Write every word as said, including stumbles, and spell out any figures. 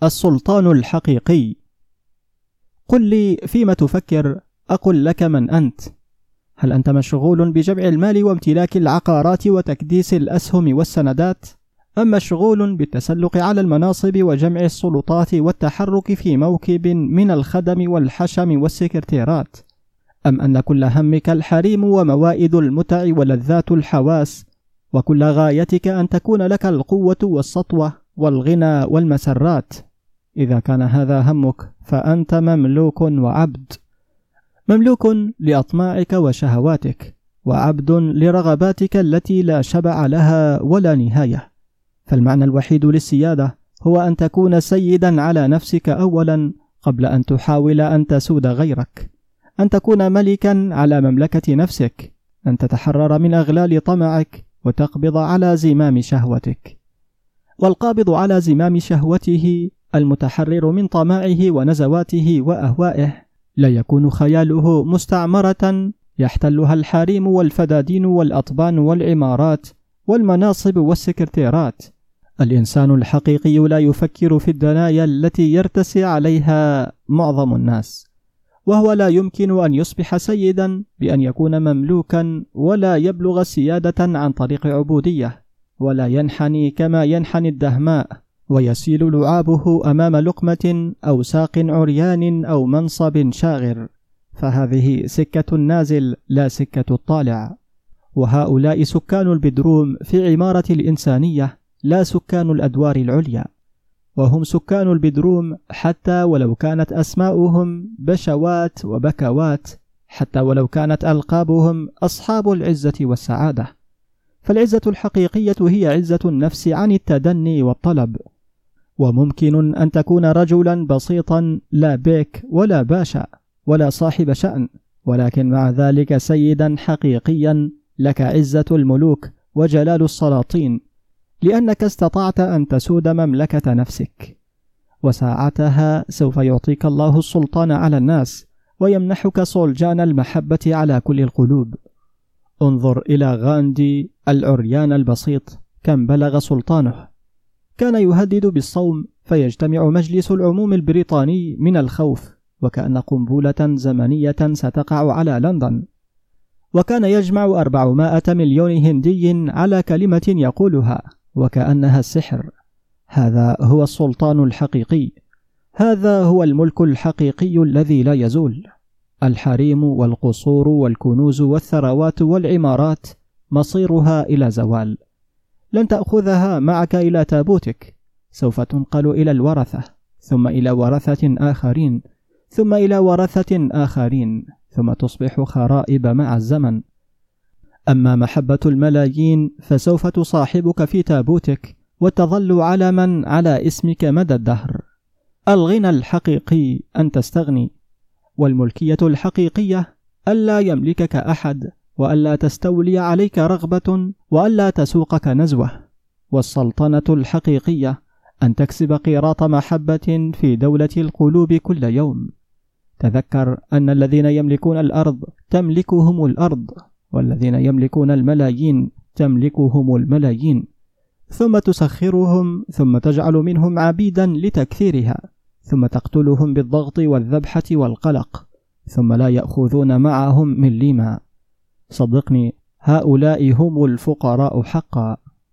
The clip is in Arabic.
السلطان الحقيقي. قل لي فيما تفكر أقل لك من أنت. هل أنت مشغول بجمع المال وامتلاك العقارات وتكديس الأسهم والسندات؟ أم مشغول بالتسلق على المناصب وجمع السلطات والتحرك في موكب من الخدم والحشم والسكرتيرات؟ أم أن كل همك الحريم وموائد المتع ولذات الحواس، وكل غايتك أن تكون لك القوة والسطوة والغنى والمسرات؟ إذا كان هذا همك فأنت مملوك وعبد، مملوك لأطماعك وشهواتك، وعبد لرغباتك التي لا شبع لها ولا نهاية. فالمعنى الوحيد للسيادة هو أن تكون سيدا على نفسك أولا قبل أن تحاول أن تسود غيرك، أن تكون ملكا على مملكة نفسك، أن تتحرر من أغلال طمعك وتقبض على زمام شهوتك. والقابض على زمام شهوته المتحرر من طمعه ونزواته وأهوائه لا يكون خياله مستعمرة يحتلها الحريم والفدادين والأطبان والعمارات والمناصب والسكرتيرات. الإنسان الحقيقي لا يفكر في الدنايا التي يرتسي عليها معظم الناس، وهو لا يمكن أن يصبح سيدا بأن يكون مملوكا، ولا يبلغ سيادة عن طريق عبودية، ولا ينحني كما ينحني الدهماء ويسيل لعابه أمام لقمة أو ساق عريان أو منصب شاغر، فهذه سكة النازل لا سكة الطالع. وهؤلاء سكان البدروم في عمارة الإنسانية، لا سكان الأدوار العليا، وهم سكان البدروم حتى ولو كانت أسماؤهم بشوات وبكوات، حتى ولو كانت ألقابهم أصحاب العزة والسعادة. فالعزة الحقيقية هي عزة النفس عن التدني والطلب. وممكن أن تكون رجلا بسيطا لا بيك ولا باشا ولا صاحب شأن، ولكن مع ذلك سيدا حقيقيا لك عزة الملوك وجلال السلاطين، لأنك استطعت أن تسود مملكة نفسك. وساعتها سوف يعطيك الله السلطان على الناس، ويمنحك صلجان المحبة على كل القلوب. انظر إلى غاندي العريان البسيط كم بلغ سلطانه. كان يهدد بالصوم، فيجتمع مجلس العموم البريطاني من الخوف وكأن قنبلة زمنية ستقع على لندن. وكان يجمع أربعمائة مليون هندي على كلمة يقولها وكأنها السحر. هذا هو السلطان الحقيقي، هذا هو الملك الحقيقي الذي لا يزول. الحريم والقصور والكنوز والثروات والعمارات مصيرها إلى زوال، لن تأخذها معك إلى تابوتك، سوف تنقل إلى الورثة، ثم إلى ورثة آخرين، ثم إلى ورثة آخرين، ثم تصبح خرائب مع الزمن. أما محبة الملايين فسوف تصاحبك في تابوتك وتظل علما على اسمك مدى الدهر. الغنى الحقيقي أن تستغني، والملكية الحقيقية ألا يملكك أحد، وألا تستولي عليك رغبة، وألا تسوقك نزوة. والسلطنة الحقيقية أن تكسب قيراط محبة في دولة القلوب كل يوم. تذكر أن الذين يملكون الأرض تملكهم الأرض، والذين يملكون الملايين تملكهم الملايين، ثم تسخرهم، ثم تجعل منهم عبيدا لتكثيرها، ثم تقتلهم بالضغط والذبحة والقلق، ثم لا يأخذون معهم مليما. صدقني، هؤلاء هم الفقراء حقا.